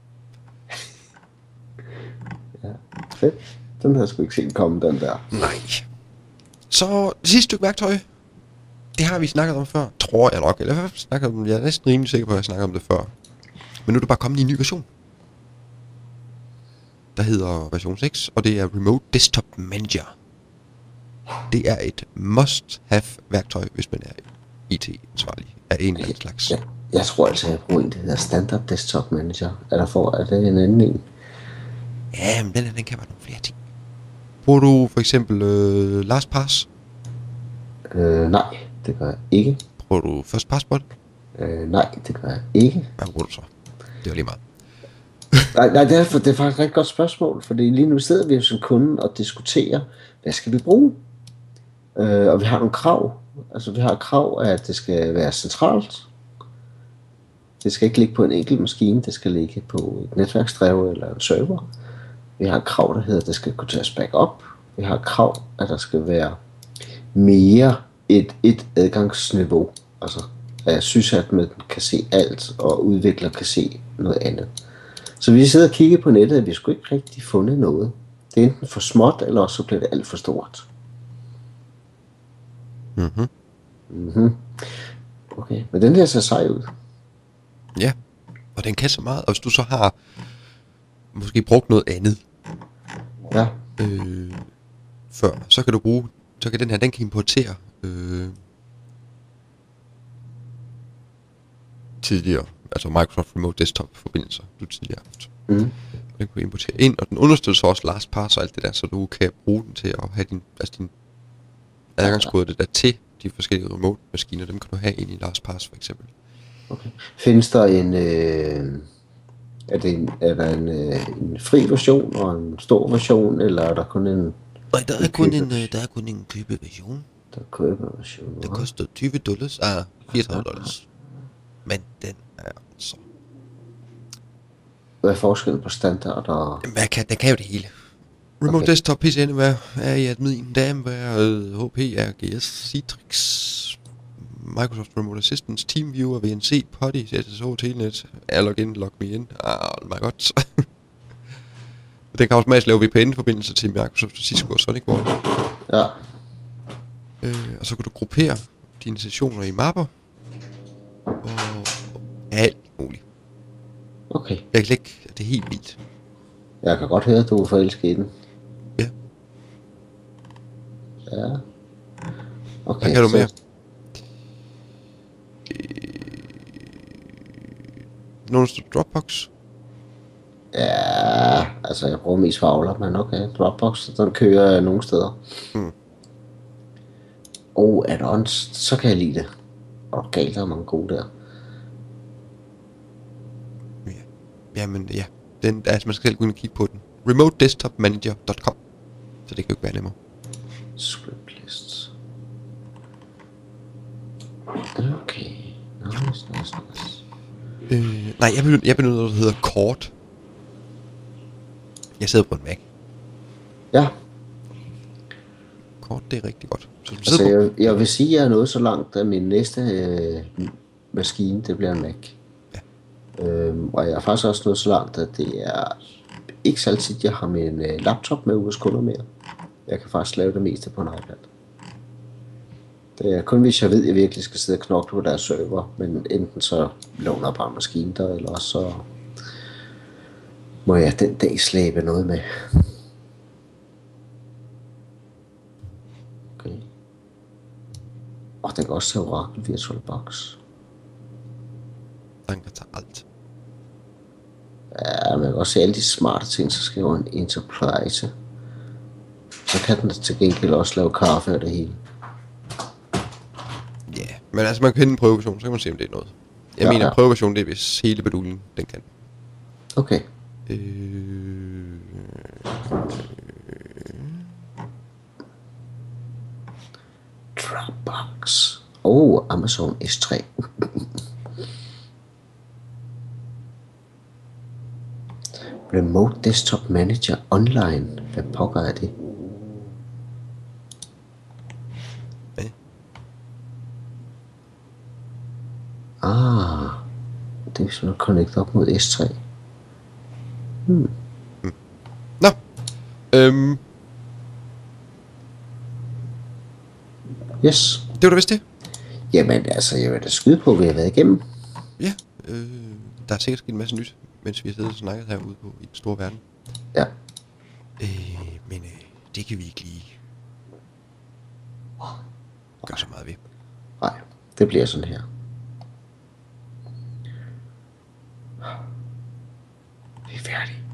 Ja, fedt. Den havde jeg sgu ikke set komme, den der. Nej. Så det sidste stykke værktøj, det har vi snakket om før, tror jeg nok. Eller jeg er næsten rimelig sikker på, at jeg snakker om det før. Men nu er det bare kommet i en ny version. Der hedder version 6, og det er Remote Desktop Manager. Det er et must-have værktøj, hvis man er IT-ansvarlig af en eller anden slags. Ja, jeg tror altså, jeg bruger en, der hedder Standard Desktop Manager. Er det en anden en? Ja, men den kan være nogle flere ting. Bruger du for eksempel LastPass? Nej, det gør jeg ikke. Bruger du First Passport? Nej, det gør jeg ikke. Hvad bruger du så? Det var lige meget. Nej, det er faktisk et rigtig godt spørgsmål, fordi lige nu sidder vi jo som kunde og diskuterer, hvad skal vi bruge? Og vi har nogle krav. Altså, vi har et krav, at det skal være centralt. Det skal ikke ligge på en enkelt maskine, det skal ligge på et netværksdrev eller en server. Vi har et krav, der hedder, at det skal kunne tages backup. Vi har et krav, at der skal være mere et adgangsniveau. Altså, at sysadmin kan se alt, og udvikler kan se noget andet. Så vi sidder og kigger på nettet, og vi skulle ikke rigtig fundet noget. Det er enten for småt, eller også så bliver det alt for stort. Okay, men den der ser sej ud. Ja, og den kan så meget. Og hvis du så har måske brugt noget andet Ja, før, så kan du bruge, så kan den her, den kan importere tidligere, altså Microsoft Remote Desktop forbindelser, du tidligere har haft. Og den kan du importere ind, og den understøtter så også LastPass og alt det der, så du kan bruge den til at have din adgangskode det der til de forskellige remote-maskiner, dem kan du have ind i LastPass for eksempel. okay. Findes der en, er der en fri version og en stor version, eller er der kun en... Nej, der er kun en købeversion. Der køber version. Den koster $20, $34. Men den er altså... Hvad er forskellen på standard og... Den kan jo det hele. Remote Desktop, PC Anywhere, AirAdmin, DAMWare, HP, RGS, Citrix, Microsoft Remote Assistance, TeamViewer, VNC, PuTTY, SSH, Telnet, Login, LogMeIn, oh my god. Den kan automatisk lave VPN-forbindelser til Microsoft, Cisco og SonicWall. Ja. Og så kan du gruppere dine sessioner i mapper. Og alt muligt. Okay. Jeg kan lægge, det er helt vildt. Jeg kan godt høre, at du er forelsket i den. Ja. Ja. Okay. Hvad kan du mere? Nogle Dropbox? Ja, altså jeg bruger mest Fowler, men okay, Dropbox, den kører nogle steder. Og add-ons, så kan jeg lide det. Og galt, der er mange gode der. Ja. Jamen ja, den, altså man skal selv gå ind og kigge på den. remotedesktopmanager.com. Så det kan jo ikke være nemmere. Script lists. Okay. Nice. Nej, jeg benytter noget, der hedder Kort. Jeg sidder på en Mac. Ja. Kort, det er rigtig godt. Så Altså, jeg vil sige, at jeg er nået så langt, at min næste maskine, det bliver en Mac. Ja. Og jeg er faktisk også nået så langt, at det er ikke så altid, jeg har min laptop med ud af skuldre mere. Jeg kan faktisk lave det meste på en iPad. Det er kun hvis jeg ved, at jeg virkelig skal sidde og knokle på deres server, men enten så låner jeg bare en maskine der, eller så må jeg den dag slæbe noget med. Okay. Og den kan også tage Oracle VirtualBox. Den kan tage alt. Ja, man kan også se alle de smarte ting, så skriver en Enterprise. Så kan den til gengæld også lave kaffe og det hele. Ja, yeah. Men altså man kan hente en prøveversion, så kan man se om det er noget. Jeg mener prøveversion, det er hvis hele bedulen, den kan. Okay. Dropbox. Amazon S3. Remote Desktop Manager Online. Hvad pokker er det? Det er hvis man connecter op mod S3. Nå. Yes. Det var da vist det. Jamen altså, jeg vil da skyde på, hvad jeg har været igennem. Ja, der er sikkert sket en masse nyt, mens vi har siddet og snakket herude på i den store verden. Ja. Men det kan vi ikke lige gøre så meget ved. Nej, det bliver sådan her. Vi er færdige.